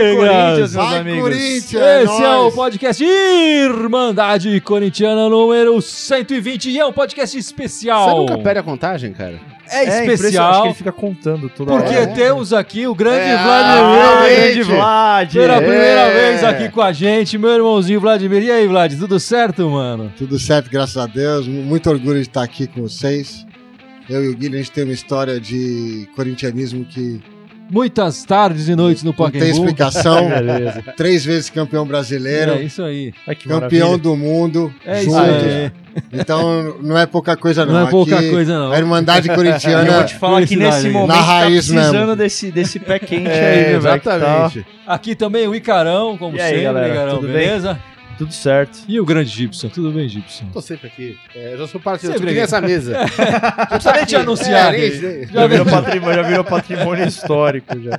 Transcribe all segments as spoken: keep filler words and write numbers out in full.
Vai Corinthians, meus Vai, amigos. Corinthians, Esse é, é o podcast Irmandade Corintiana número cento e vinte e é um podcast especial. Você nunca perde a contagem, cara? É, É especial. acho que ele fica contando toda Porque hora. temos aqui o grande É, Vladimir. ah, grande Vlad. Pela É. primeira vez aqui com a gente, meu irmãozinho Vladimir. E aí, Vlad, tudo certo, mano? Tudo certo, graças a Deus. Muito orgulho de estar aqui com vocês. Eu e o Guilherme, a gente tem uma história de corintianismo que Muitas tardes e noites no não tem Pacaembu. explicação. Beleza. Três vezes campeão brasileiro, É isso aí. Ai, que campeão maravilha. do mundo, É isso juntos. aí. Então não é pouca coisa não. Não é pouca Aqui, coisa, não. A Irmandade E eu Corintiana vou te falar que nesse Felicidade. momento Na raiz tá precisando mesmo. desse, desse pé quente aí, É, né, velho, que tá- exatamente. Aqui também o Icarão, como E aí, sempre, galera, Icarão, tudo bem? beleza? Tudo certo. E o grande Gibson, tudo bem, Gibson? Tô sempre aqui. É, eu já sou parte Sempre eu tô aqui. aqui nessa mesa. Não precisa nem te anunciar. É, nem- aqui. nem- Já virou, patrimônio, já virou patrimônio histórico já.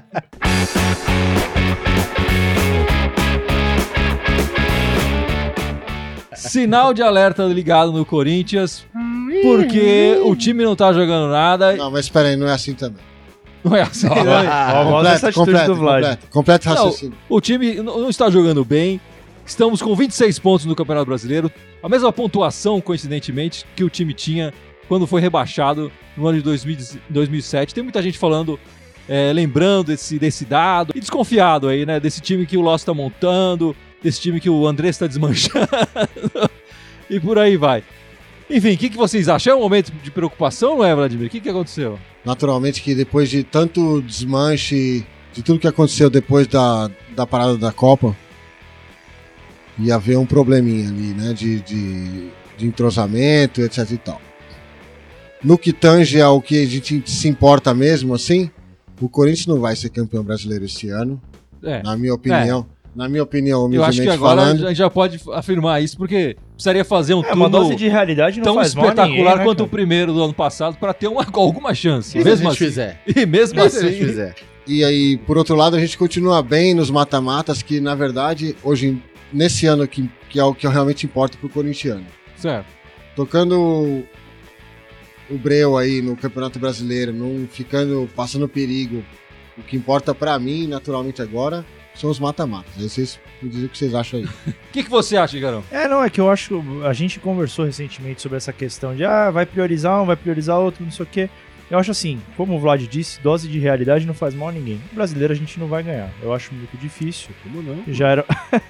Sinal de alerta ligado no Corinthians, porque o time não tá jogando nada. Não, mas espera aí, não é assim também. Não é assim, né? Ó, gosto dessa atitude completo, do Vlad. completo, completo Não, raciocínio. o time não não está jogando bem. Estamos com vinte e seis pontos no Campeonato Brasileiro. A mesma pontuação, coincidentemente, que o time tinha quando foi rebaixado no ano de dois mil, dois mil e sete. Tem muita gente falando, é, lembrando desse, desse dado e desconfiado aí, né? Desse time que o Loss está montando, desse time que o André está desmanchando e por aí vai. Enfim, o que, que vocês acham? É um momento de preocupação, não é, Vladimir? O que, que aconteceu? Naturalmente que depois de tanto desmanche, de tudo que aconteceu depois da, da parada da Copa, ia haver um probleminha ali, né, de, de, de entrosamento, etc e tal. No que tange ao que a gente se importa mesmo, assim, o Corinthians não vai ser campeão brasileiro esse ano, É. na minha opinião. Na minha opinião, Eu acho que humildemente agora falando. a gente já pode afirmar isso, porque precisaria fazer um É, uma turno dose de realidade não tão faz mal a espetacular ninguém, né, quanto o cara? primeiro do ano passado para ter uma, alguma chance. E se a mesmo gente assim. fizer? E mesmo E se a gente assim. fizer? E aí, por outro lado, a gente continua bem nos mata-matas, que na verdade, hoje, nesse ano, que, que é o que realmente importa pro corintiano. Certo. Tocando o, o breu aí no Campeonato Brasileiro, não ficando, passando perigo. O que importa pra mim, naturalmente agora, são os mata-matas. Aí vocês me dizem o que vocês acham aí. O que, que você acha, Garão? É, não, é que eu acho. A gente conversou recentemente sobre essa questão de ah, vai priorizar um, vai priorizar outro, não sei o quê. Eu acho assim, como o Vlad disse, dose de realidade não faz mal a ninguém. O brasileiro a gente não vai ganhar. Eu acho muito difícil. Como não? Já era.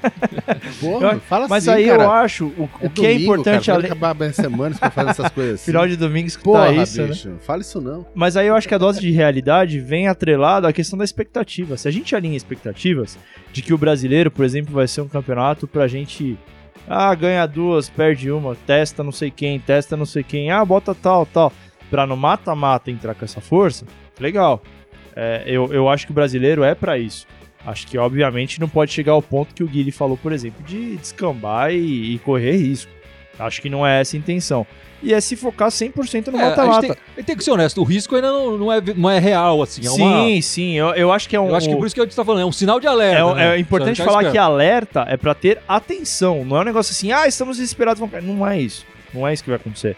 Porra, fala Mas assim, aí cara. eu acho o, o É que é domingo, importante cara, além. vai acabar a semana pra fazer essas coisas assim. Final de domingo escutar Porra, isso, né? bicho. Fala isso não. Mas aí eu acho que a dose de realidade vem atrelada à questão da expectativa. Se a gente alinha expectativas de que o brasileiro, por exemplo, vai ser um campeonato pra gente. Ah, ganha duas, perde uma, testa não sei quem, testa não sei quem, ah, bota tal, tal. Pra no mata-mata entrar com essa força, legal. É, eu, eu acho que o brasileiro é pra isso. Acho que, obviamente, não pode chegar ao ponto que o Guilherme falou, por exemplo, de descambar e, e correr risco. Acho que não é essa a intenção. E é se focar cem por cento no É, a gente mata-mata. tem, tem que ser honesto, o risco ainda não, não, é, não é real, assim. É Sim, uma, sim, eu, eu acho que é um. eu acho que por isso que a gente tá falando, é um sinal de alerta. É, um- né? é importante Precisa ficar falar que esperto. alerta é pra ter atenção. Não é um negócio assim, ah, estamos desesperados. Vamos... cair. Não é isso. Não é isso que vai acontecer.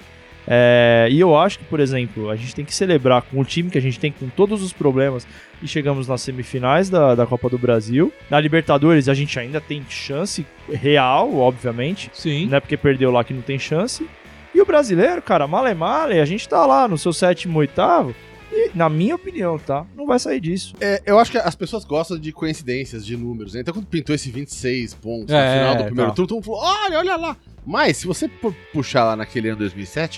É, e eu acho que, por exemplo, a gente tem que celebrar com o time que a gente tem, com todos os problemas, e chegamos nas semifinais da, da Copa do Brasil. Na Libertadores a gente ainda tem chance real, obviamente. Sim. Não é porque perdeu lá que não tem chance. E o brasileiro, cara, male male, a gente tá lá no seu sétimo, oitavo. E, na minha opinião, tá? Não vai sair disso. É, eu acho que as pessoas gostam de coincidências, de números, né? Então quando pintou esse vinte e seis pontos É, no final do primeiro tá. turno, todo mundo falou, olha, olha lá. Mas se você pu- puxar lá naquele ano dois mil e sete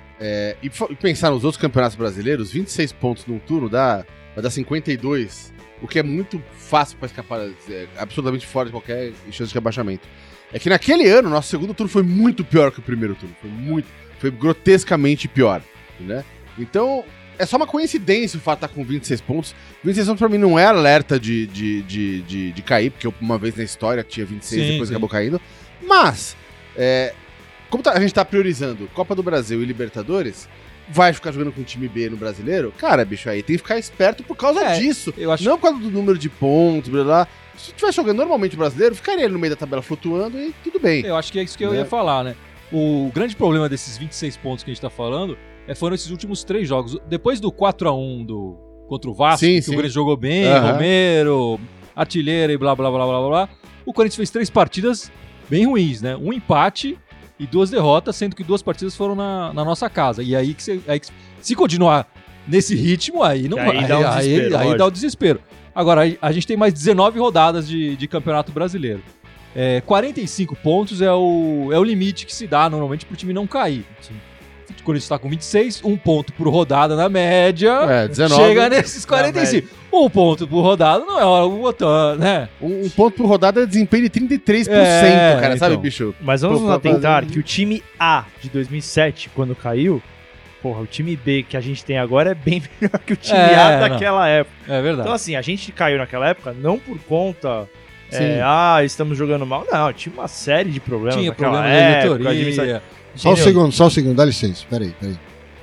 é, e, fa- e pensar nos outros campeonatos brasileiros, vinte e seis pontos num turno dá, vai dar cinquenta e dois, o que é muito fácil pra escapar, é, absolutamente fora de qualquer chance de rebaixamento. É que naquele ano, nosso segundo turno foi muito pior que o primeiro turno. Foi muito, foi grotescamente pior, né? Então, é só uma coincidência o fato de estar com vinte e seis pontos. vinte e seis pontos pra mim não é alerta de, de, de, de, de cair, porque eu, uma vez na história tinha vinte e seis e Sim, depois sim. acabou caindo. Mas, é, como tá- a gente tá priorizando Copa do Brasil e Libertadores, vai ficar jogando com o time B no brasileiro? Cara, bicho, aí tem que ficar esperto por causa É, disso. eu acho Não por causa do número de pontos, blá blá. Se tivesse jogando normalmente o brasileiro, ficaria ele no meio da tabela flutuando e tudo bem. Eu acho que é isso que eu Né? ia falar, né? O grande problema desses vinte e seis pontos que a gente tá falando é, foram esses últimos três jogos. Depois do quatro a um do, contra o Vasco, Sim, que sim. o Grêmio jogou bem, Aham. Romero, artilheira e blá, blá, blá, blá, blá, blá. O Corinthians fez três partidas bem ruins, né? Um empate e duas derrotas, sendo que duas partidas foram na, na nossa casa. E aí que, você, aí que se continuar nesse ritmo, aí não aí vai. Dá um aí, aí, aí dá o desespero. Agora, a gente tem mais dezenove rodadas de, de Campeonato Brasileiro. É, quarenta e cinco pontos é o, é o limite que se dá normalmente pro time não cair. Sim. O Corinthians está com vinte e seis, um ponto por rodada na média. É, dezenove. Chega nesses quarenta e cinco. Um ponto por rodada não é o botão, né? Um, um ponto por rodada é desempenho de trinta e três por cento, É, cara, sabe, então. bicho? Mas vamos Pô, nos pra atentar fazer- que o time A de dois mil e sete, quando caiu, porra, o time B que a gente tem agora é bem melhor que o time É, A não. daquela época. É verdade. Então, assim, a gente caiu naquela época não por conta. Sim. É, ah, estamos jogando mal. Não, tinha uma série de problemas. Tinha naquela problema época, da diretoria. administra- Só um Entendeu? segundo, só um segundo, dá licença. Peraí, peraí.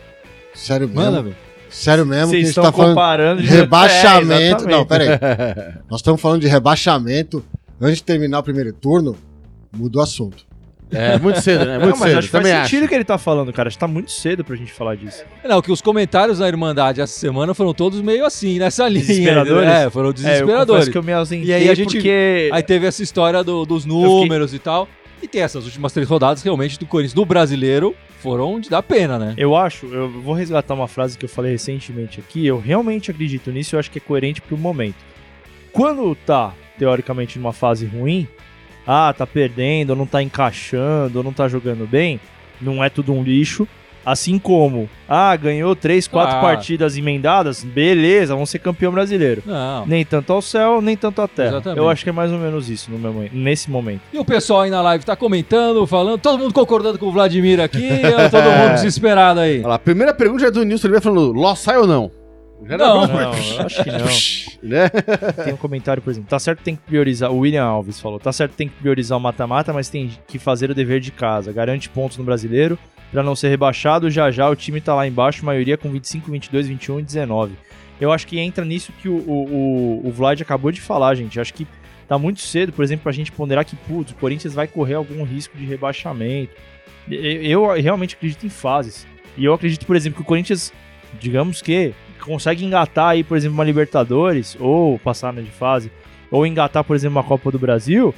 Sério mesmo? Manda, velho. Sério mesmo que a Vocês gente estão tá falando comparando de de rebaixamento. É, Não, exatamente. peraí. Nós estamos falando de rebaixamento. Antes de terminar o primeiro turno, muda o assunto. É, muito cedo, né? Não, Muito mas cedo, acho que faz também sentido acho. o que ele tá falando, cara. Acho que tá muito cedo pra gente falar disso. Não, que os comentários da Irmandade essa semana foram todos meio assim, nessa linha. Desesperadores? É, foram É, eu desesperadores. confesso que eu me ausentei E aí a gente- porque... Aí teve essa história do- dos números e tal. E tem essas últimas três rodadas realmente do Corinthians do brasileiro foram de dar pena, né? Eu acho, eu vou resgatar uma frase que eu falei recentemente aqui, eu realmente acredito nisso, eu acho que é coerente pro momento. Quando tá, teoricamente, numa fase ruim, ah, tá perdendo, ou não tá encaixando, ou não tá jogando bem, não é tudo um lixo. Assim como, ah, ganhou três, quatro Ah. partidas emendadas, beleza, vamos ser campeão brasileiro. Não. Nem tanto ao céu, nem tanto à terra. Exatamente. Eu acho que é mais ou menos isso no meu- nesse momento. E o pessoal aí na live tá comentando, falando, todo mundo concordando com o Vladimir aqui, ou todo mundo desesperado aí. Olha lá, a primeira pergunta é do Nilson Oliveira falando, Ló sai ou não? Já Não. dá pra- Não, eu acho que não. né? Tem um comentário, por exemplo, tá certo que tem que priorizar, o William Alves falou, tá certo que tem que priorizar o mata-mata, mas tem que fazer o dever de casa, garante pontos no brasileiro pra não ser rebaixado, já já o time tá lá embaixo, maioria com vinte e cinco, vinte e dois, vinte e um e dezenove. Eu acho que entra nisso que o, o, o, o Vlad acabou de falar, gente, eu acho que tá muito cedo, por exemplo, pra gente ponderar que, putz, o Corinthians vai correr algum risco de rebaixamento. Eu, eu realmente acredito em fases, e eu acredito, por exemplo, que o Corinthians, digamos que consegue engatar aí, por exemplo, uma Libertadores, ou passar na de fase, ou engatar, por exemplo, uma Copa do Brasil,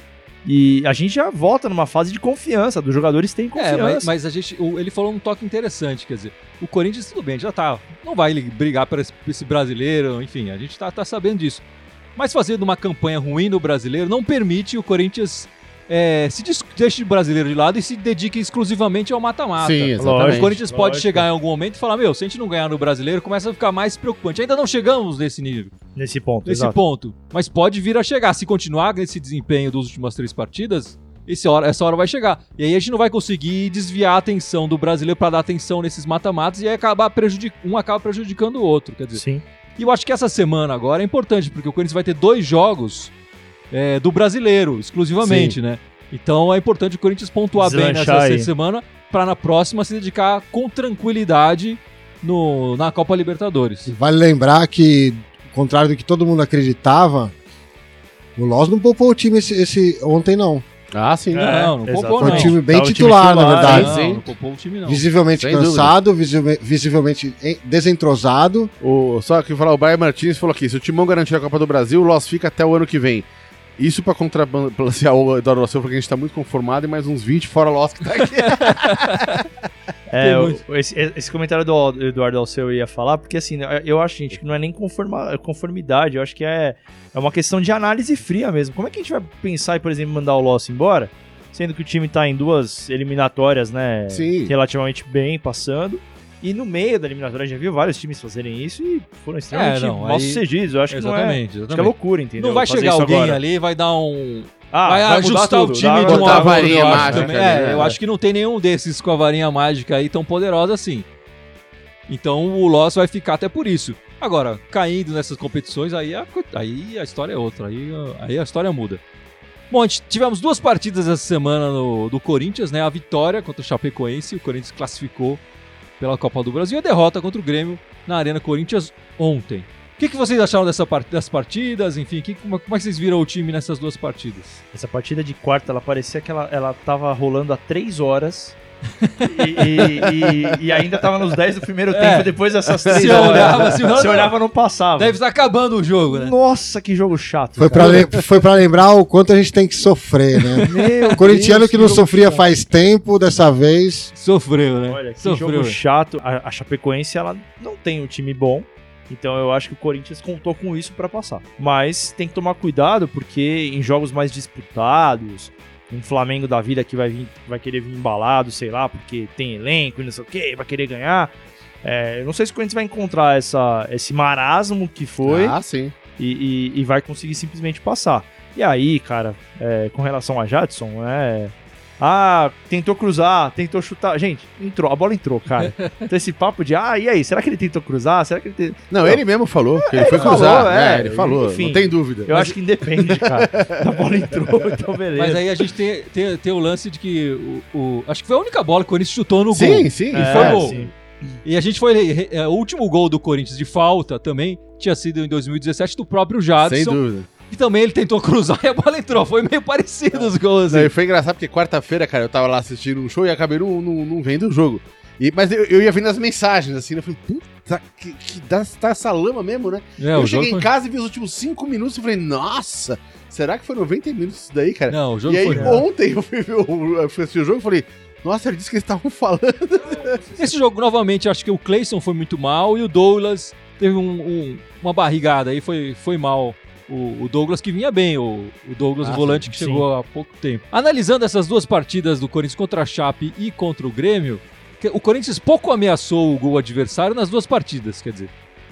e a gente já volta numa fase de confiança, dos jogadores têm É, confiança. mas, mas a gente, o- ele falou um toque interessante, quer dizer, o Corinthians tudo bem, já tá, não vai brigar por esse, por esse brasileiro, enfim, a gente tá, tá sabendo disso. Mas fazendo uma campanha ruim no brasileiro não permite o Corinthians é, se des- deixe o brasileiro de lado e se dedique exclusivamente ao mata-mata. Sim, O exatamente. Corinthians pode lógico. chegar em algum momento e falar, meu, se a gente não ganhar no brasileiro, começa a ficar mais preocupante. Ainda não chegamos nesse nível, Nesse ponto, nesse exato. ponto, mas pode vir a chegar. Se continuar nesse desempenho das últimas três partidas, esse hora, essa hora vai chegar. E aí a gente não vai conseguir desviar a atenção do brasileiro para dar atenção nesses mata-matas e aí acabar prejudic... um acaba prejudicando o outro, quer dizer. Sim. E eu acho que essa semana agora é importante, porque o Corinthians vai ter dois jogos é, do brasileiro, exclusivamente, né? Então é importante o Corinthians pontuar bem Deslanchar nessa aí. semana para na próxima se dedicar com tranquilidade no, na Copa Libertadores. Vale lembrar que, ao contrário do que todo mundo acreditava, o Loz não poupou o time esse, esse ontem, não. Ah, sim. É, não, não poupou exatamente. Foi não. um time bem Tá, o time titular, na titular, verdade. não, sim. não poupou o time não. Visivelmente Sem cansado, visivel- visivelmente en- desentrosado. O, só que eu falar, o Brian Martins falou aqui, se o Timão garantir a Copa do Brasil, o Loss fica até o ano que vem. Isso pra contrabalancear o Eduardo Alceu, porque a gente tá muito conformado, e mais uns vinte fora Loss que tá aqui. É, Tem o- muito. esse, esse comentário do Al- Eduardo Alceu eu ia falar, porque assim, eu acho, gente, que não é nem conforma- conformidade, eu acho que é, é uma questão de análise fria mesmo. Como é que a gente vai pensar em, por exemplo, mandar o Loss embora, sendo que o time tá em duas eliminatórias, né, Sim. relativamente bem, passando, e no meio da eliminatória a gente já viu vários times fazerem isso e foram extremamente É, não, mal aí- sucedidos. Eu acho que não é, Exatamente, acho que é exatamente. loucura, entendeu? Não vai Fazer chegar isso alguém agora. ali e vai dar um... Ah, vai, vai mudar ajustar tudo, o time dá- de botar uma a varinha eu acho mágica, também. né? É, eu acho que não tem nenhum desses com a varinha mágica aí tão poderosa assim. Então o Loss vai ficar até por isso. Agora, caindo nessas competições, aí a, aí a história é outra, aí, aí a história muda. Bom, a gente- tivemos duas partidas essa semana no, do Corinthians, né? A vitória contra o Chapecoense, o Corinthians classificou pela Copa do Brasil, e a derrota contra o Grêmio na Arena Corinthians ontem. O que, que vocês acharam dessa part- das partidas? Enfim, que, como, como é que vocês viram o time nessas duas partidas? Essa partida de quarta, ela parecia que ela, ela tava rolando há três horas E, e- e- e ainda tava nos dez do primeiro tempo, É. depois dessas três Se horas. olhava, se Você não- olhava, não passava. Deve estar acabando o jogo, né? Nossa, que jogo chato. Foi pra, cara. lem- foi pra lembrar o quanto a gente tem que sofrer, né? Meu O corintiano Deus, que não jogo sofria chato. faz tempo, dessa vez. Sofreu, né? Olha, que Sofreu. jogo chato. A, a Chapecoense, ela não tem um time bom. Então eu acho que o Corinthians contou com isso pra passar. Mas tem que tomar cuidado, porque em jogos mais disputados, um Flamengo da vida que vai, vir, vai querer vir embalado, sei lá, porque tem elenco e não sei o que, vai querer ganhar. É, eu não sei se o Corinthians vai encontrar essa, esse marasmo que foi Ah, sim. e, e- e vai conseguir simplesmente passar. E aí, cara, é, com relação a Jadson, é... Ah, tentou cruzar, tentou chutar. Gente, entrou, a bola entrou, cara. Então esse papo de, ah, e aí, será que ele tentou cruzar? Será que ele tentou... Não, ele mesmo falou que ele Ele foi falou, cruzar. é, É, ele falou, enfim. não tem dúvida. Eu acho que independe, cara. A bola entrou, então beleza. Mas aí a gente tem, tem, tem o lance de que o, o- acho que foi a única bola que o Corinthians chutou no Sim, gol. sim. É, foi gol. sim. E a gente foi. é, o último gol do Corinthians de falta também tinha sido em dois mil e dezessete do próprio Sem Jadson. dúvida. E também ele tentou cruzar e a bola entrou. Foi meio parecido os gols. Não, Assim. e foi engraçado porque quarta-feira, cara, eu tava lá assistindo um show e acabei não, não, não vendo o jogo. E, mas eu, eu ia vendo as mensagens, assim, eu falei, puta, que, que dá, tá essa lama mesmo, né? É, eu o cheguei jogo em foi- casa e vi os últimos cinco minutos e falei, nossa, será que foi noventa minutos isso daí, cara? Não, o jogo e aí foi. ontem eu fui ver o, eu fui assistir o jogo e falei, nossa, ele disse que eles estavam falando. Nesse jogo, novamente, acho que o Cleison foi muito mal e o Douglas teve um- um- uma barrigada aí, foi, foi mal. O, o Douglas que vinha bem, o, o Douglas, Ah, o volante que sim. chegou há pouco tempo. Analisando essas duas partidas do Corinthians contra a Chape e contra o Grêmio, que o Corinthians pouco ameaçou o gol adversário nas duas partidas, quer dizer,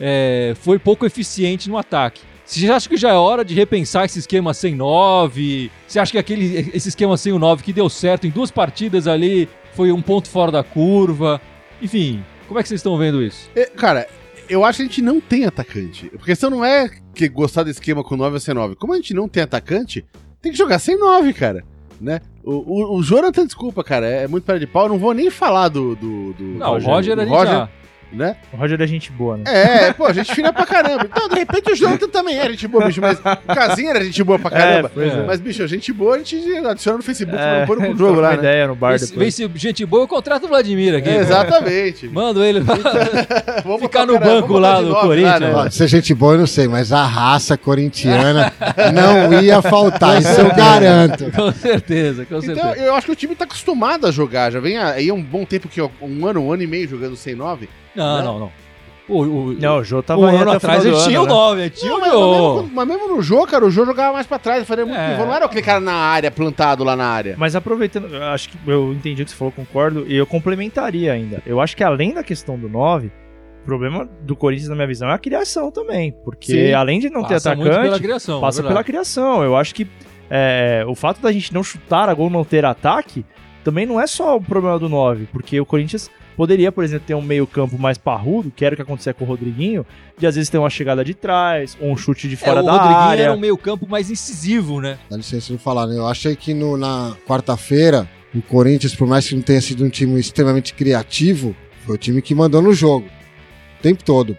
é, foi pouco eficiente no ataque. Você acha que já é hora de repensar esse esquema sem nove? Você acha que aquele, esse esquema sem o nove que deu certo em duas partidas ali foi um ponto fora da curva? Enfim, como é que vocês estão vendo isso? É, cara, eu acho que a gente não tem atacante. A questão não é que gostar do esquema com nove ou sem nove. Como a gente não tem atacante, tem que jogar sem nove, cara. Né? O, o, o Jonathan, desculpa, cara, é muito pé de pau. Eu não vou nem falar do. do, do Não, Roger, o Roger do a gente já... né? O Roger é gente boa, né? É, pô, a gente fina pra caramba. Então, de repente o Jonathan também era gente boa, bicho, mas o Casinha era gente boa pra caramba. É, pois é. Mas, bicho, a gente boa a gente adiciona no Facebook, É, não põe no troca jogo lá, uma né? ideia no bar Vem se- depois. vem se gente boa, eu contrato o Vladimir aqui. É, exatamente. Mando ele pra Vamos ficar botar no o cara- banco vamos lá botar de do nove Corinthians. né? Ó, se é gente boa, eu não sei, mas a raça corintiana não ia faltar, isso eu garanto. Com certeza, com Então, certeza. eu acho que o time tá acostumado a jogar. Já vem aí há um bom tempo, que ó, um ano, um ano e meio jogando sem nove. Não, né? não, não. O, o, Não, o Jô tava um aí ano até o atrás final ele do tinha o ano, né? nove, ele tinha Não, o mas, mas, Jô. mesmo, mas mesmo no jogo, cara, o jogo jogava mais pra trás. Faria muito É. pivô. Não era aquele cara na área, plantado lá na área. Mas aproveitando, eu acho que eu entendi o que você falou, concordo, e eu complementaria ainda. Eu acho que além da questão do nove, o problema do Corinthians, na minha visão, é a criação também. Porque Sim. além de não Passa ter muito pela atacante, criação. passa é pela verdade. criação. Eu acho que é, o fato da gente não chutar a gol, não ter ataque, também não é só o problema do nove, porque o Corinthians poderia, por exemplo, ter um meio campo mais parrudo, que era o que acontecia com o Rodriguinho, de às vezes ter uma chegada de trás, ou um chute de É, fora o da Rodriguinho área. era um meio campo mais incisivo, né? Dá licença de falar, né? Eu achei que no- na quarta-feira, o Corinthians, por mais que não tenha sido um time extremamente criativo, foi o time que mandou no jogo. O tempo todo.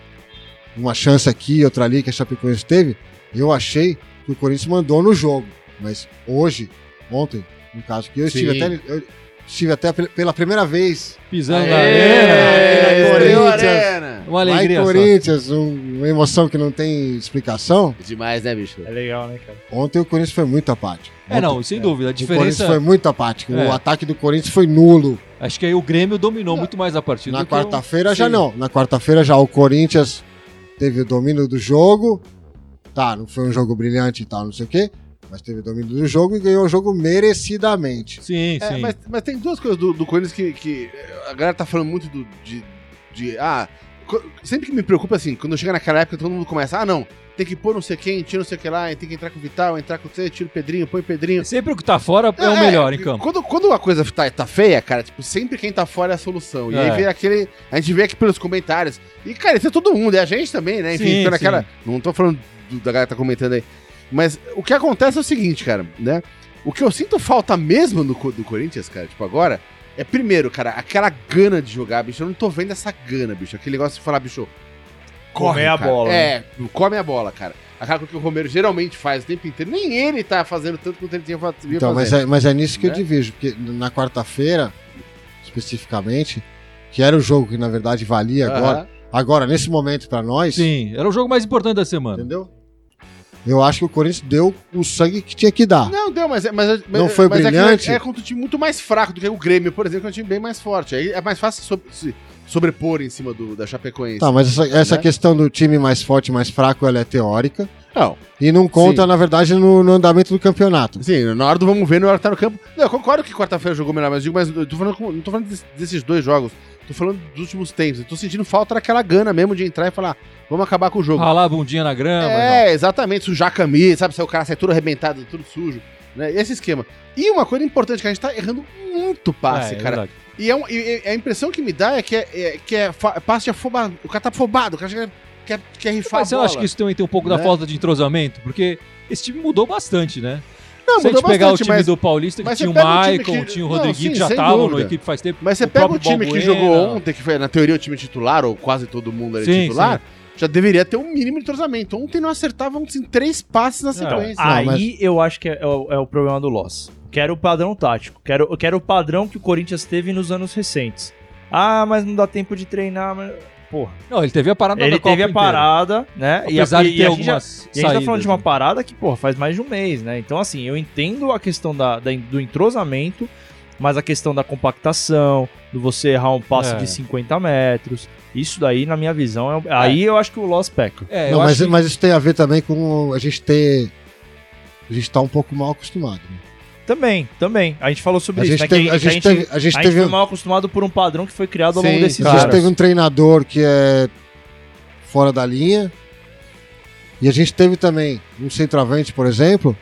Uma chance aqui, outra ali, que a Chapecoense teve. Eu achei que o Corinthians mandou no jogo. Mas hoje, ontem, no caso que eu estive Sim. até, eu estive até pe- pela primeira vez. Pisando Aê, na Aê, arena. estreou a Corinthians. arena. Uma alegria Vai só. Corinthians, um- uma emoção que não tem explicação. Demais, né, bicho? É legal, né, cara? Ontem o Corinthians foi muito apático. É, não, Ontem, sem dúvida. A O Corinthians diferença... foi muito apático. É. O ataque do Corinthians foi nulo. Acho que aí o Grêmio dominou muito mais a partida. Na do que o- quarta-feira já Sim. não. Na quarta-feira já o Corinthians teve o domínio do jogo. Tá, não foi um jogo brilhante e tal, não sei o quê. Mas teve o domínio do jogo e ganhou o jogo merecidamente. Sim, É, sim. mas, mas tem duas coisas do, do Corinthians que, que a galera tá falando muito do, de, de. Ah, co- sempre que me preocupa assim, quando chega naquela época todo mundo começa, ah, não, tem que pôr não sei quem, tira não sei o que lá, tem que entrar com o Vital, entrar com você, tira o Pedrinho, põe o Pedrinho. Sempre o que tá fora é, o melhor em campo. Quando, quando a coisa tá, tá feia, cara, tipo, sempre quem tá fora é a solução. E É. aí vem aquele. A gente vê aqui pelos comentários. E, cara, isso é todo mundo, é a gente também, né? Enfim, Sim, fica naquela. sim. Não tô falando do- da galera que tá comentando aí. Mas o que acontece é o seguinte, cara, né? O que eu sinto falta mesmo no, Co- do Corinthians, cara, tipo, agora, é primeiro, cara, aquela gana de jogar, bicho. Eu não tô vendo essa gana, bicho. Aquele negócio de falar, bicho. Comer a cara. bola, É, come a bola, cara. Aquela coisa que o Romero geralmente faz o tempo inteiro. Nem ele tá fazendo tanto quanto ele tinha fa- vinha Então, mas fazendo. é, mas é nisso que Né? eu divido. Porque na quarta-feira, especificamente, que era o jogo que na verdade valia agora, Aham. agora nesse momento pra nós, Sim, era o jogo mais importante da semana. entendeu? Eu acho que o Corinthians deu o sangue que tinha que dar. Não, deu, mas, é- mas, mas Não foi mas brilhante? É, que é contra um time muito mais fraco do que o Grêmio, por exemplo, que é um time bem mais forte. Aí é mais fácil so- se sobrepor em cima do, da Chapecoense. Tá, mas essa, essa Né? questão do time mais forte e mais fraco, ela é teórica Não, e não conta, Sim. na verdade, no, no andamento do campeonato. sim, na hora do vamos ver, na hora que tá no campo. Não, eu concordo que quarta-feira jogou melhor, mas eu digo, mas eu tô falando, com- não tô falando des- desses dois jogos, tô falando dos últimos tempos. Eu tô sentindo falta daquela gana mesmo de entrar e falar, vamos acabar com o jogo. Ralar a bundinha na grama. não. É, exatamente, sujar a camisa, sabe? Se o cara sai tudo arrebentado, tudo sujo, né? Esse esquema. E uma coisa importante, que a gente tá errando muito passe, É, é cara. verdade. E, é um- e- e a impressão que me dá é que é, é- que é fa- passe de afobado. O cara tá afobado, o cara quer, quer, quer rifar Mas você a não bola. acha que isso também tem um pouco da né? falta de entrosamento? Porque esse time mudou bastante, né? Não, Se a gente mudou pegar o bastante, time mas, do Paulista, que mas tinha você o pega um time Maicon, que- tinha o não, Rodriguinho, sim, que já sem estavam dúvida. na equipe faz tempo. mas você o pega o próprio time que Balbuena. jogou ontem, que foi na teoria o time titular, ou quase todo mundo era Sim, titular, já deveria ter um mínimo de entrosamento. Ontem não acertavam assim, três passes na sequência. Aí mas- eu acho que é, é o, é o problema do Loss. Quero o padrão tático. Quero, eu quero o padrão que o Corinthians teve nos anos recentes. Ah, mas não dá tempo de treinar. Mas... Porra. Não, ele teve a parada Ele da Copa teve a inteira. parada, né? Apesar e a, de e ter a gente já- algumas E a gente tá falando de uma né? parada que, porra, faz mais de um mês, né? Então, assim, eu entendo a questão da, da- do entrosamento, mas a questão da compactação, do você errar um passe É. de cinquenta metros, isso daí, na minha visão, é, aí eu acho que o Loss peca. É, eu Não, mas, acho que- mas isso tem a ver também com a gente ter. A gente tá um pouco mal acostumado. Né? Também, também. A gente falou sobre A isso, gente né? teve- que a gente teve- a gente a teve- foi mal acostumado por um padrão que foi criado ao longo Sim, desses A gente anos. teve um treinador que é fora da linha. E a gente teve também um centroavante, por exemplo,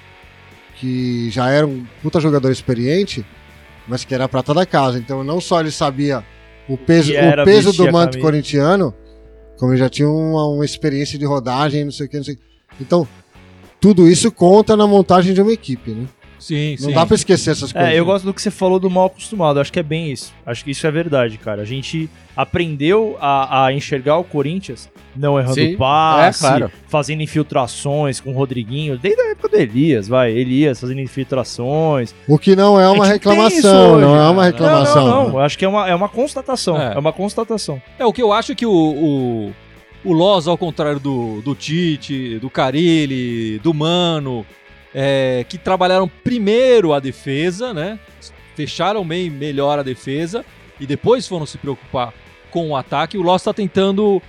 que já era um puta jogador experiente, mas que era a prata da casa. Então não só ele sabia o peso, Que era o peso vestir do a manto camisa. corintiano, como ele já tinha uma, uma experiência de rodagem, não sei o que, não sei o que. Então, tudo isso conta na montagem de uma equipe, né? Sim, Não sim. dá pra esquecer essas coisas. É, eu gosto do que você falou do mal acostumado. Eu acho que é bem isso. Acho que isso é verdade, cara. A gente aprendeu a, a enxergar o Corinthians não errando Sim, passe, é, claro. fazendo infiltrações com o Rodriguinho, desde a época do Elias, vai. Elias fazendo infiltrações. O que não é uma A gente tem isso reclamação, hoje, não é cara. uma reclamação. Não, não, não. Eu acho que é uma, é uma constatação. É. É. uma constatação. É, o que eu acho é que o, o, o Loz, ao contrário do, do Tite, do Carille, do Mano, é, que trabalharam primeiro a defesa, né? Fecharam bem melhor a defesa e depois foram se preocupar com o ataque. O Loz tá tentando,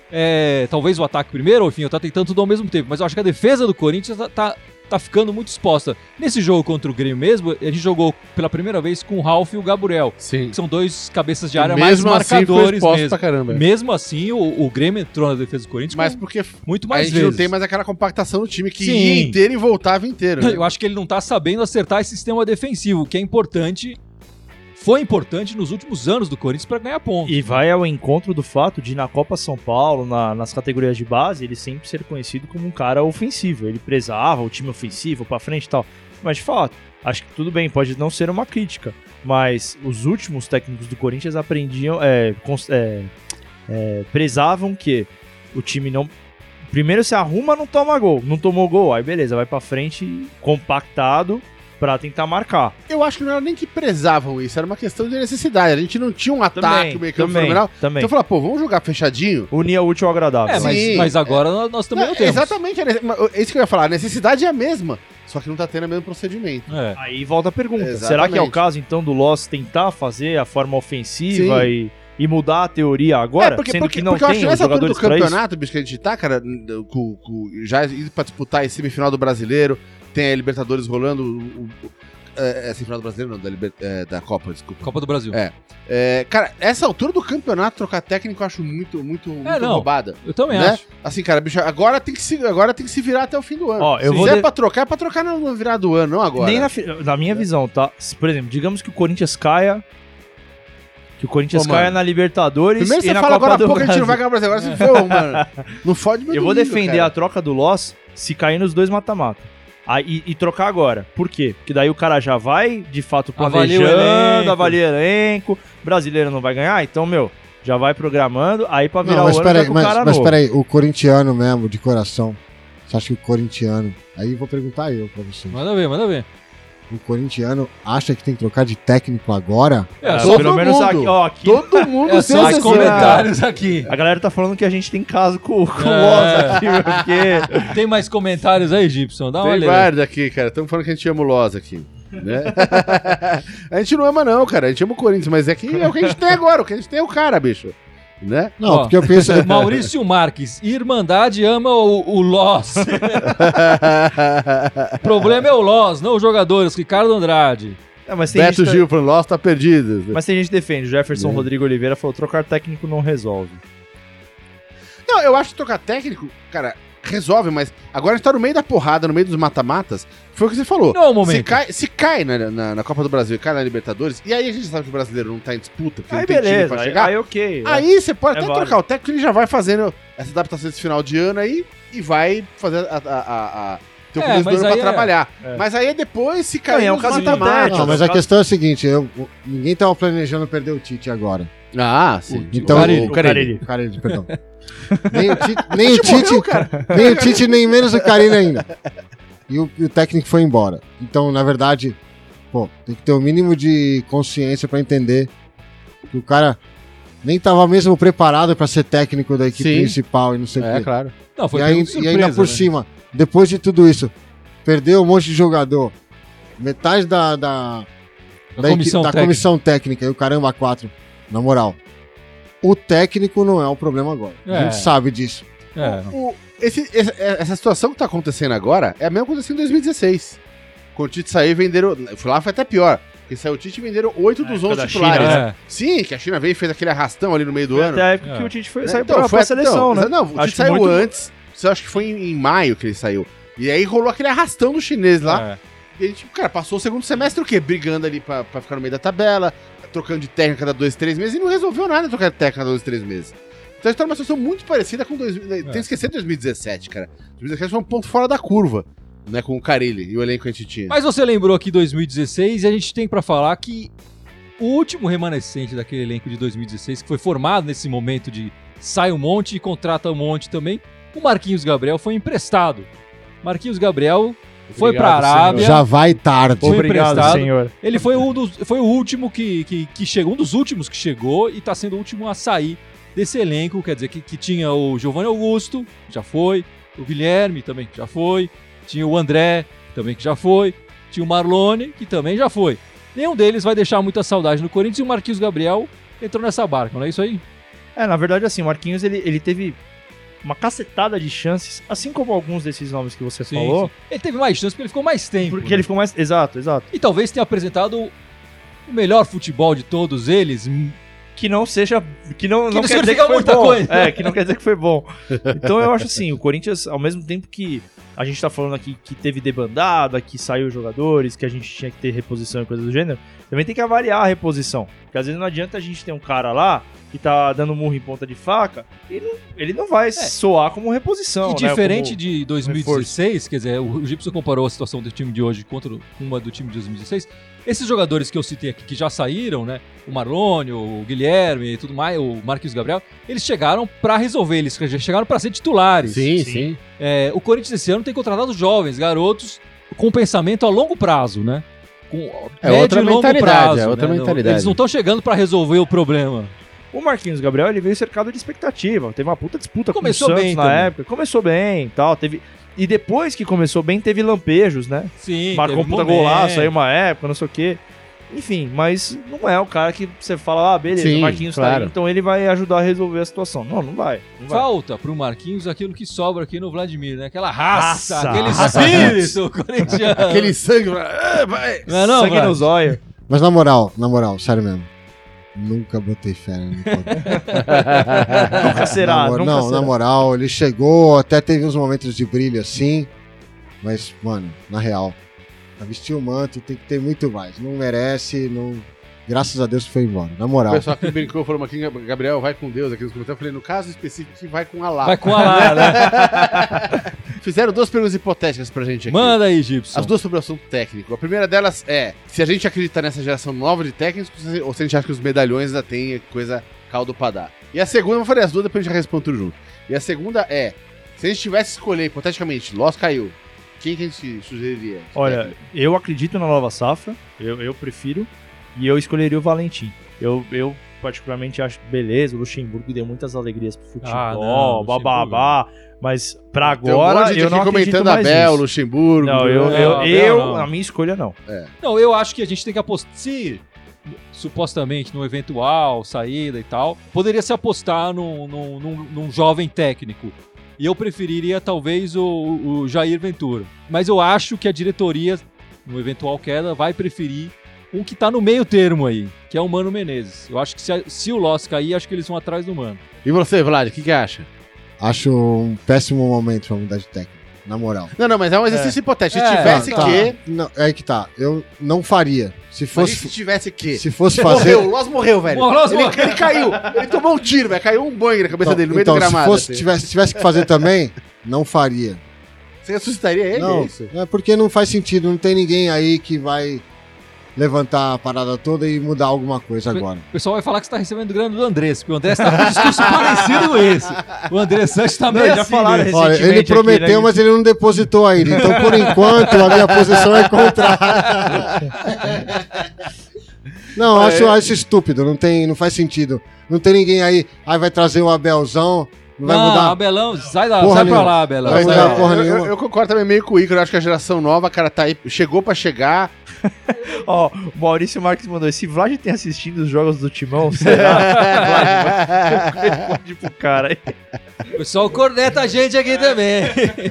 é, talvez o ataque primeiro, ou enfim, tá tentando tudo ao mesmo tempo. Mas eu acho que a defesa do Corinthians tá, tá, tá ficando muito exposta. Nesse jogo contra o Grêmio mesmo, a gente jogou pela primeira vez com o Ralf e o Gabriel, Sim. que são dois cabeças de área E mais mesmo assim foi marcadores exposto mesmo. pra caramba. Mesmo assim, o, o Grêmio entrou na defesa do Corinthians Mas com porque muito a mais gente vezes. não tem mais aquela compactação no time que Sim. ia inteiro e voltava inteiro. né? Eu acho que ele não tá sabendo acertar esse sistema defensivo, que é importante, foi importante nos últimos anos do Corinthians para ganhar pontos. E vai ao encontro do fato de, na Copa São Paulo, na- nas categorias de base, ele sempre ser conhecido como um cara ofensivo. Ele prezava o time ofensivo pra frente e tal. Mas, de fato, acho que tudo bem, pode não ser uma crítica. Mas os últimos técnicos do Corinthians aprendiam, é, cons- é, é, prezavam que o time não... Primeiro se arruma, não toma gol. Não tomou gol, aí beleza, vai pra frente compactado pra tentar marcar. Eu acho que não era nem que prezavam isso, era uma questão de necessidade. A gente não tinha um ataque, Também, um meio campo também, fenomenal. também. Então falar, pô, vamos jogar fechadinho? Unir o útil ao agradável. É, mas, Sim, mas agora nós- nós também não É, temos. exatamente, é isso que eu ia falar. A necessidade é a mesma, só que não tá tendo o mesmo procedimento. É. Aí volta a pergunta. Exatamente. Será que é o caso, então, do Loss tentar fazer a forma ofensiva Sim. e, e mudar a teoria agora? é, porque, sendo porque, que não porque eu acho tem que os nessa altura do jogadores pra isso? campeonato, bicho, que a gente tá, cara, com, com- já indo pra disputar a semifinal do Brasileiro, tem a Libertadores rolando, o, o, é, é semifinal do Brasileiro, não, da, Liber- é, da Copa, desculpa. Copa do Brasil. É. É, cara, essa altura do campeonato, trocar técnico, eu acho muito, muito, muito não. roubada. Eu também né? acho. Assim, cara, bicho, agora tem, que se, agora tem que se virar até o fim do ano. Ó, eu se vou é de- pra trocar, é pra trocar no, no virar do ano, não agora. Nem na, fi- na minha visão, tá? Se, por exemplo, digamos que o Corinthians caia. Que o Corinthians Ô, caia mano, na Libertadores Primeiro e você na fala Copa agora há do pouco, a gente não vai Brasil. ganhar o Brasil. Agora você viu, mano. Não fode meu Eu vou domingo, defender cara. a troca do Loss se cair nos dois mata-mata. Aí, e, e trocar agora. Por quê? Porque daí o cara já vai, de fato, Avalia o planejando, elenco. avalia o elenco. Brasileiro não vai ganhar, então, meu, já vai programando. Aí pra virar Não, mas o ano peraí, vai com o mas, cara mas novo. peraí, o corintiano mesmo, de coração. Você acha que o corintiano. Aí eu vou perguntar eu pra você. Manda ver, manda ver. o corintiano acha que tem que trocar de técnico agora. É, É, só pelo menos mundo. aqui, ó, aqui Todo mundo é só os sensacional. comentários aqui. a galera tá falando que a gente tem caso com, com o É. Loz aqui, meu, porque... Tem mais comentários aí, Gibson? Dá uma Tem olhada. vários aqui, cara. Estamos falando que a gente ama o Loz aqui. Né? A gente não ama, não, cara. A gente ama o Corinthians, mas é que é o que a gente tem agora. O que a gente tem é o cara, bicho. Né? Não, Ó, porque eu penso. Maurício Marques, Irmandade ama o, o Loz. O problema é o Loz, não os jogadores. Ricardo Andrade. É, mas tem Beto gente, Gil falando, Loz tá perdido. mas tem gente que defende. O Jefferson Né? Rodrigo Oliveira falou, trocar técnico não resolve. Não, eu acho que trocar técnico, cara, resolve, mas agora a gente tá no meio da porrada, no meio dos mata-matas. Foi o que você falou. Não é o momento. Se cai, se cai na, na, na Copa do Brasil e cai na Libertadores, e aí a gente sabe que o brasileiro não tá em disputa, porque Aí não tem time beleza, pra aí, chegar. aí ok. né? Aí você pode É até válido. trocar o técnico, ele já vai fazendo essa adaptação desse final de ano aí e vai fazer a, a, a, a ter o É, começo do mas ano pra aí é- trabalhar. é. Mas aí é depois se Não, cair é um nos caso mata-matas. hipotético. Não, mas a caso- questão é a seguinte: eu, ninguém tava planejando perder o Tite agora. Ah, sim. Então, Carille, o Carille. O Carille, perdão. Nem o Tite, nem o Tite, nem o Tite, nem menos o Carille ainda. E o, e o técnico foi embora. Então, na verdade, pô, tem que ter o mínimo de consciência pra entender que o cara nem tava mesmo preparado pra ser técnico da equipe Sim. principal e não sei o É, quê. claro. Não, foi E, pego aí, de e surpresa, ainda por né? cima, depois de tudo isso, perdeu um monte de jogador, metade da, da, Da da, comissão equi- da técnica. comissão técnica e o caramba quatro, na moral. O técnico não é o problema agora. A É. gente sabe disso. É, O- esse- esse- essa situação que tá acontecendo agora é a mesma coisa assim em dois mil e dezesseis. Quando o Tite saiu, venderam. Foi lá, foi até pior. Porque saiu o Tite e venderam oito dos época onze da titulares. China, é. Sim, que a China veio e fez aquele arrastão ali no meio do Foi ano. até a época É. que o Tite foi, Né? saiu Então, pra, foi pra a- seleção, então, né? Não, o Tite Acho saiu muito- antes. Isso eu acho que foi em, em maio que ele saiu. E aí rolou aquele arrastão do chinês lá. É. E a gente, cara, passou o segundo semestre o quê? Brigando ali pra, pra ficar no meio da tabela, trocando de técnica cada dois, três meses, e não resolveu nada trocar de técnica cada dois, três meses. Então a gente tá numa situação muito parecida com dois, tem que esquecer dois mil e dezessete, cara. dois mil e dezessete foi um ponto fora da curva, né, com o Carille e o elenco que a gente tinha. Mas você lembrou aqui dois mil e dezesseis e a gente tem pra falar que o último remanescente daquele elenco de dois mil e dezesseis, que foi formado nesse momento de sai um monte e contrata um monte também, o Marquinhos Gabriel foi emprestado. Marquinhos Gabriel foi pra Obrigado, Arábia. Já vai tarde. Foi Obrigado, emprestado. senhor. Ele foi, um dos, foi o último que, que, que chegou, um dos últimos que chegou e tá sendo o último a sair desse elenco, quer dizer, que, que tinha o Giovanni Augusto, já foi, o Guilherme também, que já foi, tinha o André, também que já foi, tinha o Marlone, que também já foi. Nenhum deles vai deixar muita saudade no Corinthians e o Marquinhos Gabriel entrou nessa barca, não é isso aí? É, na verdade, assim, o Marquinhos, ele, ele teve uma cacetada de chances, assim como alguns desses nomes que você falou, sim. Ele teve mais chance porque ele ficou mais tempo. porque né? ele ficou mais... Exato, exato. E talvez tenha apresentado o melhor futebol de todos eles. Que não seja... Que não, Que não não quer dizer significa que foi muita bom. coisa. É, que não quer dizer que foi bom. Então eu acho assim, o Corinthians, ao mesmo tempo que a gente tá falando aqui que teve debandada, que saiu jogadores, que a gente tinha que ter reposição e coisa do gênero, também tem que avaliar a reposição. Porque às vezes não adianta a gente ter um cara lá que tá dando murro em ponta de faca e não- ele não vai soar como reposição. E né, diferente como- de dois mil e dezesseis, quer dizer, o Gibson comparou a situação do time de hoje contra uma do time de dois mil e dezesseis. Esses jogadores que eu citei aqui, que já saíram, né? O Marlone, o Guilherme e tudo mais, o Marquinhos Gabriel, eles chegaram pra resolver, eles chegaram pra ser titulares. Sim, Sim. sim. É, o Corinthians esse ano tem contratado jovens, garotos, com pensamento a longo prazo, né? Com É médio outra e longo mentalidade, prazo, é outra né? Não- mentalidade. Eles não estão chegando pra resolver o problema. O Marquinhos Gabriel, ele veio cercado de expectativa. Teve uma puta disputa Começou com o Santos bem na também. época. Começou bem e tal. Teve... E depois que começou bem, teve lampejos, né? Sim, Marcou um teve puta momento. golaço aí uma época, não sei o quê. Enfim, mas não é o cara que você fala, ah, beleza, Sim, o Marquinhos tá claro. aí, então ele vai ajudar a resolver a situação. Não, não vai. Não vai. Falta pro Marquinhos aquilo que sobra aqui no Vladimir, né? Aquela raça, Raça. aquele Raça. espírito corintiano. Aquele sangue. ah, vai. Não é não, Sangue Vlad? no zóio. Mas na moral, na moral, sério mesmo. Nunca botei fé no Nunca será, na, mo- nunca Não, será. na moral, ele chegou, até teve uns momentos de brilho assim, mas, mano, na real, pra vestir o manto tem que ter muito mais. Não merece, não. Graças a Deus que foi embora, na O moral. pessoal que brincou falou aqui, Gabriel, vai com Deus aqui nos comentários. Eu falei, no caso específico, que vai com Alá. Vai com a lá, né? Fizeram duas perguntas hipotéticas pra gente aqui. Manda aí, Gibson. As duas sobre o assunto técnico. A primeira delas é se a gente acredita nessa geração nova de técnicos ou se a gente acha que os medalhões ainda tem coisa caldo pra dar. E a segunda, eu falei as duas, depois a gente já responde tudo junto. E a segunda é, se a gente tivesse que escolher, hipoteticamente, Loss caiu, quem que a gente sugeriria? Olha, eu acredito na nova safra, eu, eu prefiro, e eu escolheria o Valentim. Eu, eu particularmente acho que beleza, o Luxemburgo deu muitas alegrias pro futebol, Ah, não, bababá, mas pra Tem um agora monte de eu gente não acredito comentando mais Abel, nisso. Luxemburgo. Não, eu, né? eu, Não, eu não, não. a minha escolha não. Não, eu acho que a gente tem que apostar. Se supostamente no eventual saída e tal, poderia se apostar num, num, num, num jovem técnico. E eu preferiria talvez o, o Jair Ventura. Mas eu acho que a diretoria, no eventual queda, vai preferir um que tá no meio termo aí, que é o Mano Menezes. Eu acho que se, a- se o Loss cair, acho que eles vão atrás do Mano. E você, Vlad, o que, que acha? Acho um péssimo momento pra mudar de técnico, na moral. Não, não, mas é um exercício hipotético. Se É, tivesse Tá, que... não, é aí que tá. Eu não faria. Se Mas fosse, e se tivesse que... se fosse fazer. Morreu, o Loss morreu, velho. O Loss ele, morreu. ele caiu. Ele tomou um tiro, velho. Caiu um banho na cabeça Então, dele, no meio então, do gramado. se fosse, assim. tivesse, tivesse que fazer também, não faria. Você ressuscitaria ele? não, É isso? é porque não faz sentido. Não tem ninguém aí que vai levantar a parada toda e mudar alguma coisa agora. O pessoal vai falar que você tá recebendo grana do Andrés, porque o Andrés tá com um discurso parecido com esse. O André Santos tá meio Não, já assim falaram mesmo. Olha, recentemente ele prometeu, aqui, né, mas ele não depositou ainda. Então, por enquanto, a minha posição é contrária. Não, eu acho, acho estúpido. Não, tem, não faz sentido. Não tem ninguém aí. Aí vai trazer o Abelzão. Não vai Não, mudar. Abelão, sai, da, Porra sai pra nenhuma. lá, Abelão. Vai Mas, sai mudar lá. é, porra eu, eu, nenhuma. eu concordo também meio com o Ícaro. Eu acho que a geração nova, cara, tá aí, chegou pra chegar. Ó, o Maurício Marques mandou, esse Vlad tem assistido os jogos do Timão? Será? Vlad, responde pro cara aí. O pessoal corneta a gente aqui também.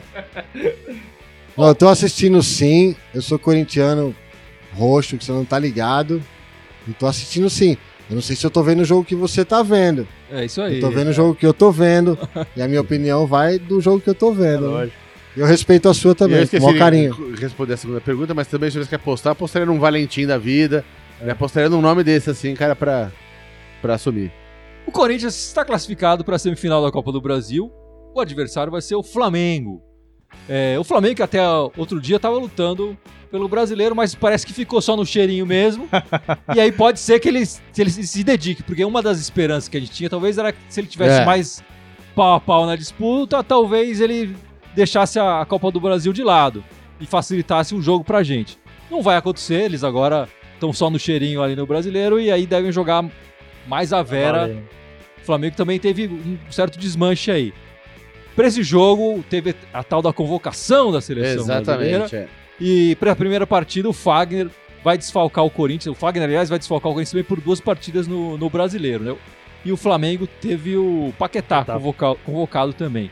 Não, eu tô assistindo sim. Eu sou corintiano roxo, que você não tá ligado. E tô assistindo sim. Eu não sei se eu tô vendo o jogo que você tá vendo. É isso aí. Eu tô vendo o jogo que eu tô vendo. E a minha opinião vai do jogo que eu tô vendo. né? Lógico. Eu respeito a sua E eu também, com esqueci o maior carinho. de responder a segunda pergunta, mas também se tivesse que apostar, apostaria num Valentim da vida. Né? Apostaria num nome desse, assim, cara, pra, pra assumir. O Corinthians está classificado para a semifinal da Copa do Brasil. O adversário vai ser o Flamengo. É, o Flamengo que até outro dia estava lutando pelo brasileiro, mas parece que ficou só no cheirinho mesmo. E aí pode ser que ele, se ele se dedique, porque uma das esperanças que a gente tinha talvez era que se ele tivesse É. mais pau a pau na disputa, talvez ele deixasse a Copa do Brasil de lado e facilitasse um jogo pra gente. Não vai acontecer, eles agora estão só no cheirinho ali no brasileiro e aí devem jogar mais a vera. Valeu. O Flamengo também teve um certo desmanche aí. Para esse jogo, teve a tal da convocação da seleção brasileira. Exatamente, é. E para a primeira partida, o Fagner vai desfalcar o Corinthians. O Fagner, aliás, vai desfalcar o Corinthians também por duas partidas no, no Brasileiro, né? E o Flamengo teve o Paquetá Paquetá. convoca- convocado também.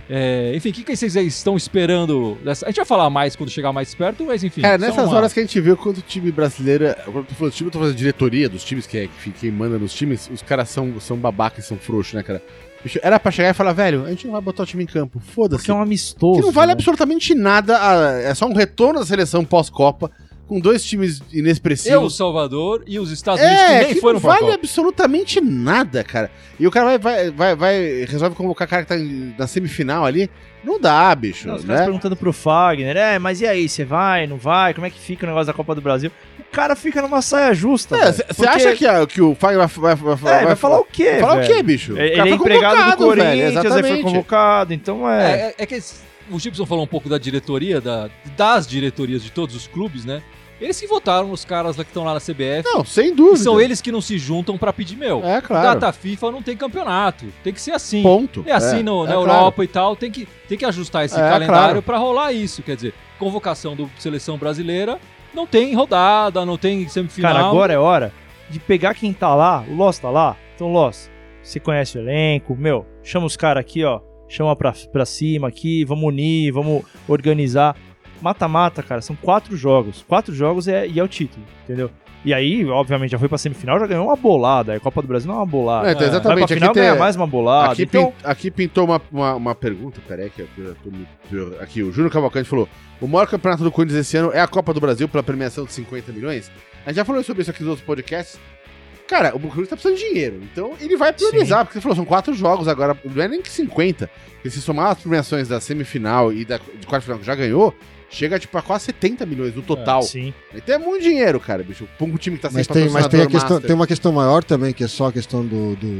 É, enfim, o que, que vocês estão esperando dessa? A gente vai falar mais quando chegar mais perto, mas enfim. Cara, só nessas uma- horas que a gente viu quanto o time brasileiro. Quando eu tô falando de time, eu tô falando de diretoria dos times, que é que quem manda nos times, os caras são, são babacas, são frouxos, né, cara? Bicho, era pra chegar e falar, velho, a gente não vai botar o time em campo, foda-se. Porque é um amistoso. Que não vale né? absolutamente nada, a- é só um retorno da seleção pós-Copa, com dois times Eu, o inexpressivos. Salvador e os Estados Unidos que É, nem que foram não pra vale Copa. absolutamente nada, cara. E o cara vai, vai, vai, vai resolve convocar o cara que tá em- na semifinal ali. Não dá, bicho, Não, os caras né? perguntando pro Fagner, é, mas e aí, você vai, não vai? Como é que fica o negócio da Copa do Brasil? O cara fica numa saia justa, É, velho. Você Porque- acha que, a- que o Fagner vai, vai, vai, É, vai falar o quê, falar velho? o quê, bicho? É, O cara Ele é foi empregado do convocado, velho, Corinthians, aí foi exatamente. convocado, então é... É, é, é que esse- o Gibson falou um pouco da diretoria, da- das diretorias de todos os clubes, né? Eles que votaram os caras lá que estão lá na C B F. Não, sem E dúvida. são eles que não se juntam pra pedir meu. É, claro. Data FIFA não tem campeonato. Tem que ser assim. Ponto. É assim no- é na claro. Europa e tal. Tem que, tem que ajustar esse É, calendário claro. pra rolar isso. Quer dizer, convocação do seleção brasileira não tem rodada, não tem semifinal. Cara, agora é hora de pegar quem tá lá, o Loss tá lá, então Loss, você conhece o elenco, meu, chama os caras aqui, ó, chama pra, pra cima aqui, vamos unir, vamos organizar. Mata-mata, cara, são quatro jogos. Quatro jogos é, e é o título, entendeu? E aí, obviamente, já foi pra semifinal, já ganhou uma bolada. A Copa do Brasil não é uma bolada. É, então, É. Vai exatamente. pra final, aqui, ganha tem- mais uma bolada. aqui, então, pin- aqui pintou uma, uma, uma pergunta, peraí, que eu já tô me- aqui, o Júnior Cavalcante falou: o maior campeonato do Corinthians esse ano é a Copa do Brasil pela premiação de cinquenta milhões. A gente já falou sobre isso aqui nos outros podcasts. Cara, o Corinthians tá precisando de dinheiro, então ele vai priorizar, porque você falou, são quatro jogos agora, não é nem que cinquenta. Porque se somar as premiações da semifinal e da de quarta final que já ganhou, chega tipo a quase setenta milhões no total. sim. Então é muito dinheiro, cara, bicho. Põe um time que tá sem Mas, tem, mas tem, a patrocinador questão, master. tem uma questão maior também, que é só a questão do, do,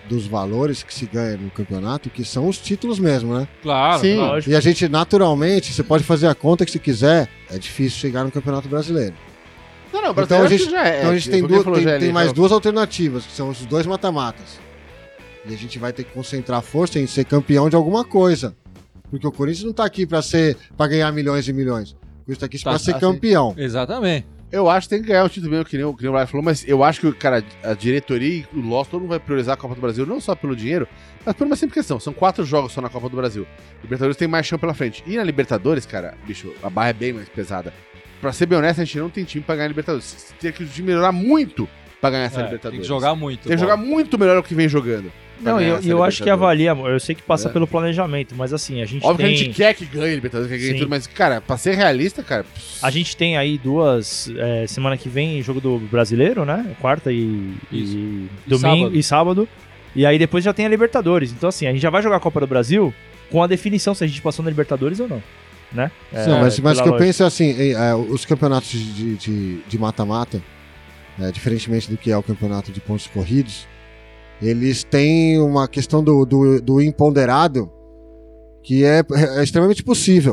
dos valores que se ganha no campeonato, que são os títulos mesmo, né? Claro, Sim. lógico. E a gente, naturalmente, você pode fazer a conta que se quiser, é difícil chegar no Campeonato Brasileiro. Não, não, Então a acho gente, que já é. então a gente tem, Porque duas, falou tem, já tem ali, mais já- duas alternativas, que são os dois mata-matas. E a gente vai ter que concentrar força em ser campeão de alguma coisa. Porque o Corinthians não tá aqui pra ser para ganhar milhões e milhões. O Corinthians tá aqui Tá, pra ser assim. campeão. Exatamente. Eu acho que tem que ganhar o título mesmo, que nem, o- que nem o Brian falou, mas eu acho que, cara, a diretoria e o Loss, todo mundo vai priorizar a Copa do Brasil, não só pelo dinheiro, mas por uma simples questão. São quatro jogos só na Copa do Brasil. Libertadores tem mais chão pela frente. E na Libertadores, cara, bicho, a barra é bem mais pesada. Pra ser bem honesto, a gente não tem time pra ganhar a Libertadores. Tem que melhorar muito pra ganhar essa É, Libertadores. tem que jogar muito. Tem que jogar muito melhor do que vem jogando. pra Não, e ganhar eu, essa e eu acho que Libertadores. avalia, eu sei que passa É. pelo planejamento, mas assim, a gente Óbvio tem... que a gente quer que ganhe a Libertadores, quer que ganhe Sim. tudo, mas, cara, pra ser realista, cara... A gente tem aí duas. é, semana que vem, jogo do brasileiro, né? Quarta e, Isso. e E domingo sábado. e sábado. E aí depois já tem a Libertadores. Então, assim, a gente já vai jogar a Copa do Brasil com a definição se a gente passou na Libertadores ou não. Né? É, Sim, mas, mas o pela que eu lógica. penso é assim, em, é, os campeonatos de- de de mata-mata, é, diferentemente do que é o campeonato de pontos corridos, eles têm uma questão do, do, do imponderado que é, é extremamente possível.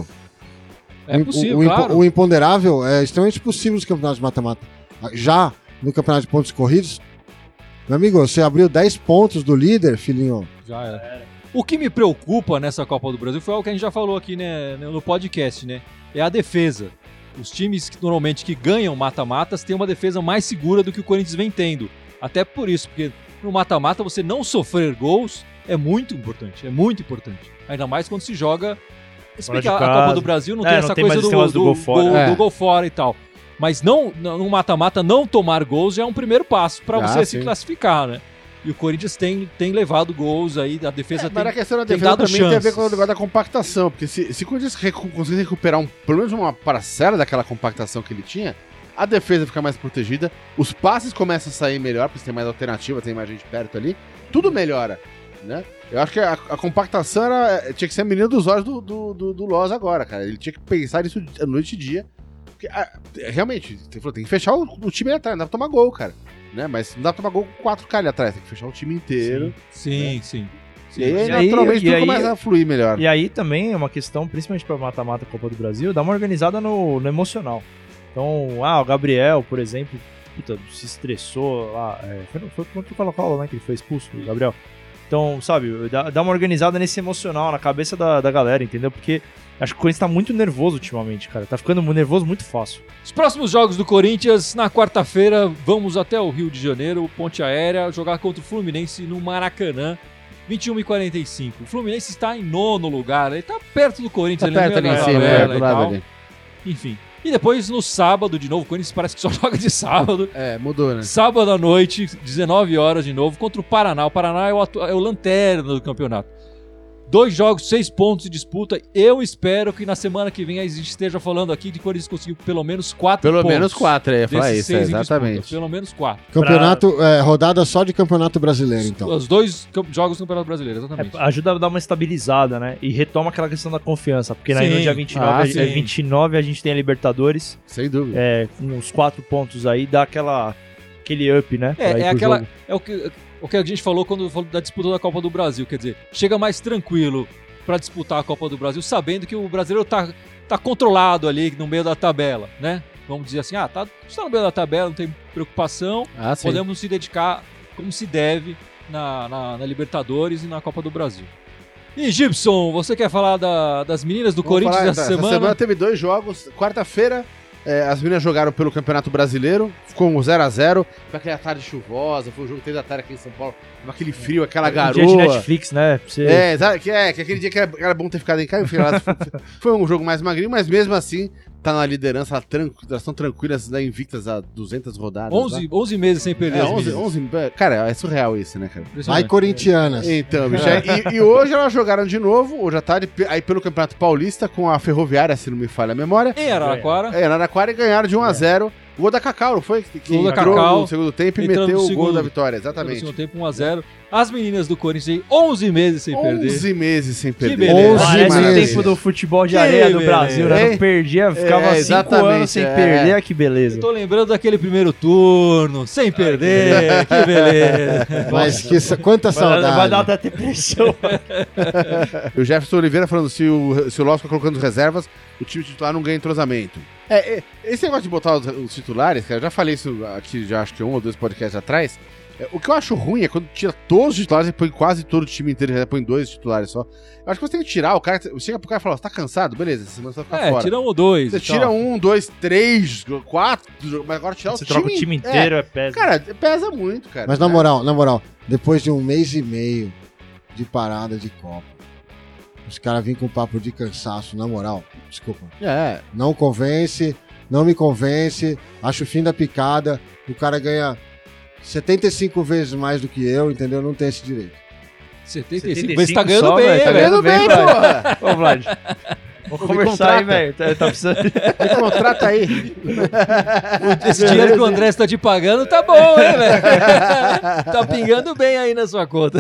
É O- possível, o, o, impo- claro. o imponderável é extremamente possível nos campeonatos de mata-mata. Já no campeonato de pontos corridos, meu amigo, você abriu dez pontos do líder, filhinho. Já era. O que me preocupa nessa Copa do Brasil foi algo que a gente já falou aqui, né, no podcast, né? É a defesa. Os times que normalmente que ganham mata-matas têm uma defesa mais segura do que o Corinthians vem tendo. Até por isso, porque no mata-mata você não sofrer gols é muito importante, é muito importante. Ainda mais quando se joga. Fora Explica, de a casa. Copa do Brasil não É, tem não essa tem coisa mais do, esse negócio do do, gol fora. gol- É. do gol fora e tal. Mas não, no mata-mata não tomar gols já é um primeiro passo para Ah, você sim. se classificar, né? E o Corinthians tem, tem levado gols aí, a defesa É, tem... mas a questão da tem defesa dado também tem a ver chances. com o negócio da compactação, porque se, se o Corinthians recu- conseguir recuperar um, pelo menos uma parcela daquela compactação que ele tinha, a defesa fica mais protegida, os passes começam a sair melhor, porque você tem mais alternativa, tem mais gente perto ali, tudo melhora, né? Eu acho que a, a compactação era, tinha que ser a menina dos olhos do, do, do, do Loz agora, cara. Ele tinha que pensar nisso noite e dia. Porque, ah, realmente, você falou, tem que fechar o, o time ali atrás, não dá pra tomar gol, cara. Né? Mas não dá pra tomar gol com quatro caras ali atrás, tem que fechar o time inteiro. Sim, sim. E aí, E aí- naturalmente, e tudo aí- começa a fluir melhor. E aí também é uma questão, principalmente para mata-mata Copa do Brasil, dá uma organizada no, no emocional. Então, ah, o Gabriel, por exemplo, puta, se estressou lá. É, foi, foi contra o Colo-Colo, né? Que ele foi expulso, o Gabriel. Então, sabe, dá, dá uma organizada nesse emocional, na cabeça da, da galera, entendeu? Porque acho que o Corinthians tá muito nervoso ultimamente, cara. Tá ficando nervoso muito fácil. Os próximos jogos do Corinthians, na quarta-feira, vamos até o Rio de Janeiro, Ponte Aérea, jogar contra o Fluminense no Maracanã, vinte e uma e quarenta e cinco. O Fluminense está em nono lugar, ele tá perto do Corinthians, Tá ali no perto meio ali da em cima, tabela é, do e lado tal. ali. Enfim. E depois, no sábado, de novo, o Corinthians parece que só joga de sábado. É, mudou, né? Sábado à noite, dezenove horas de novo, contra o Paraná. O Paraná é o, atu- é o lanterna do campeonato. Dois jogos, seis pontos de disputa. Eu espero que na semana que vem a gente esteja falando aqui de que o Corinthians conseguiu pelo menos quatro Pelo pontos. menos quatro, é, ia falar desses isso, seis é, em disputa. exatamente. Pelo menos quatro. Campeonato, é, rodada só de campeonato brasileiro, então. Os dois cam- jogos do Campeonato Brasileiro, exatamente. É, ajuda a dar uma estabilizada, né? E retoma aquela questão da confiança. Porque aí Sim. no dia vinte e nove, Ah, a- sim. é vinte e nove a gente tem a Libertadores, Sem dúvida. é, com os quatro pontos aí, dá aquela, aquele up, né? É, pra ir é pro aquela. jogo. É o que, o que a gente falou quando falou da disputa da Copa do Brasil. Quer dizer, chega mais tranquilo pra disputar a Copa do Brasil, sabendo que o brasileiro tá, tá controlado ali no meio da tabela, né? Vamos dizer assim, ah, tá, está no meio da tabela, não tem preocupação, Ah, sim. podemos se dedicar como se deve na, na, na Libertadores e na Copa do Brasil. E Gibson, você quer falar da- das meninas do Vamos Corinthians falar, essa então, semana? Essa semana teve dois jogos. Quarta-feira, é, as meninas jogaram pelo Campeonato Brasileiro, ficou um zero a zero. Foi aquela tarde chuvosa, foi o jogo três da tarde aqui em São Paulo, com aquele frio, aquela Um garoa. dia de Netflix, né? Pra você... É, exato, que, é, que aquele dia que era, era bom ter ficado em casa, enfim, elas- foi um jogo mais magrinho, mas mesmo assim, tá na liderança, elas tran- elas estão tranquilas, né, invictas há duzentas rodadas. onze, onze meses sem perder É, as onze, meninas. onze, cara, é surreal isso, né, cara? Ai, Impressionante. corintianas. Então, bicho, é, e, e hoje elas jogaram de novo, hoje à tarde, pe- aí pelo Campeonato Paulista, com a Ferroviária, se não me falha a memória. Em Araraquara. É, Araraquara e ganharam de um a zero O gol da Cacau, não foi? Que Gol da entrou Cacau, no segundo tempo e entrando meteu no o segundo. gol da vitória, No exatamente. segundo tempo, um a zero. As meninas do Corinthians aí, onze meses sem perder. onze meses sem perder. beleza. onze Parece o meses. tempo do futebol de Que areia do beleza. Brasil, né? É. Não perdia, ficava É, cinco exatamente, anos sem é. perder, ah, que beleza. Eu tô lembrando daquele primeiro turno, sem perder, que beleza. Mas que, sa- quanta Vai, dar- saudade. vai dar até depressão. E o Jefferson Oliveira falando se o, se o Lopes fica colocando reservas, o time titular não ganha entrosamento. É, é, esse negócio de botar os, os titulares, cara, eu já falei isso aqui, já acho que um ou dois podcasts atrás. É, o que eu acho ruim é quando tira todos os titulares e põe quase todo o time inteiro, já põe dois titulares só. Eu acho que você tem que tirar, o cara chega pro cara e fala, você tá cansado? Beleza, essa semana você vai ficar É, fora. tira um ou dois. Você e tira tal. um, dois, três, quatro, mas agora tirar Você o time... troca o time inteiro, é, péssimo. Cara, pesa muito, cara. Mas na moral, na moral, depois de um mês e meio de parada de Copa, os caras vêm com papo de cansaço, na moral, desculpa. É, Não convence, não me convence, acho o fim da picada, o cara ganha setenta e cinco vezes mais do que eu, entendeu? Não tem esse direito. setenta e cinco, setenta e mas tá cinco ganhando só, bem, velho, hein, tá velho? ganhando bem, Vlad. porra. Ô, Vlad, vamos Me conversar contrata. aí, velho. Tá, tá precisando... me contrata aí. Esse dinheiro que o André está te pagando tá bom, hein, velho? Tá pingando bem aí na sua conta.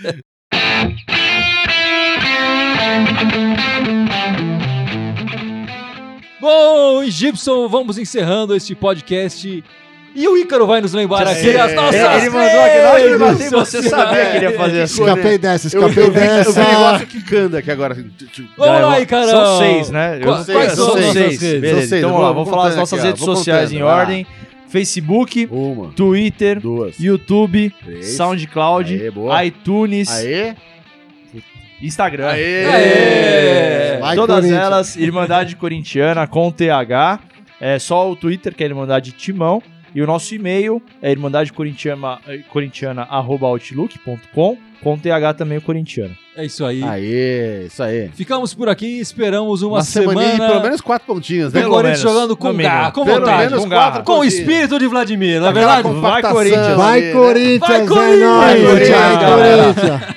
Bom, Gibson, vamos encerrando este podcast. E o Ícaro vai nos lembrar aqui É, as nossas ele mandou aqui, nós redes mandamos, você sociais. sabia que ele ia fazer assim. Escapei dessa, Eu, eu, escapei vi, eu vi dessa. o negócio quicando aqui agora. Vamos Não, lá, eu- Ícaro. São seis, né? Eu Quais sei, quais são são as seis. nossas redes? Beleza, São seis, então eu vamos lá, vou- vamos vou falar as contando nossas aqui, ó, redes vou sociais contando, em vai lá. ordem. Facebook, Uma, Twitter, duas, YouTube, três. SoundCloud, Aê, boa. iTunes, Aê, Instagram. aê. Aê. Vai, Todas Corinthians. elas, Irmandade Corintiana com T H. É só o Twitter, que é Irmandade Timão. E o nosso e-mail é irmandadecorintiana, corintiana, arroba outlook ponto com, com T H também o corintiano. É isso aí. Aê, isso aí. Ficamos por aqui, esperamos uma, Uma semaninha semana e pelo menos quatro pontinhos, né? do Pelo Corinthians menos, jogando com no garra, mínimo. com Pelo vontade, menos com quatro garra. com o pontinhos. espírito de Vladimir, na Aquela verdade? compactação Corinthians. ali, Vai, né? Corinthians, Vai, é Corinthians! nóis, Vai, vai, galera. Corinthians.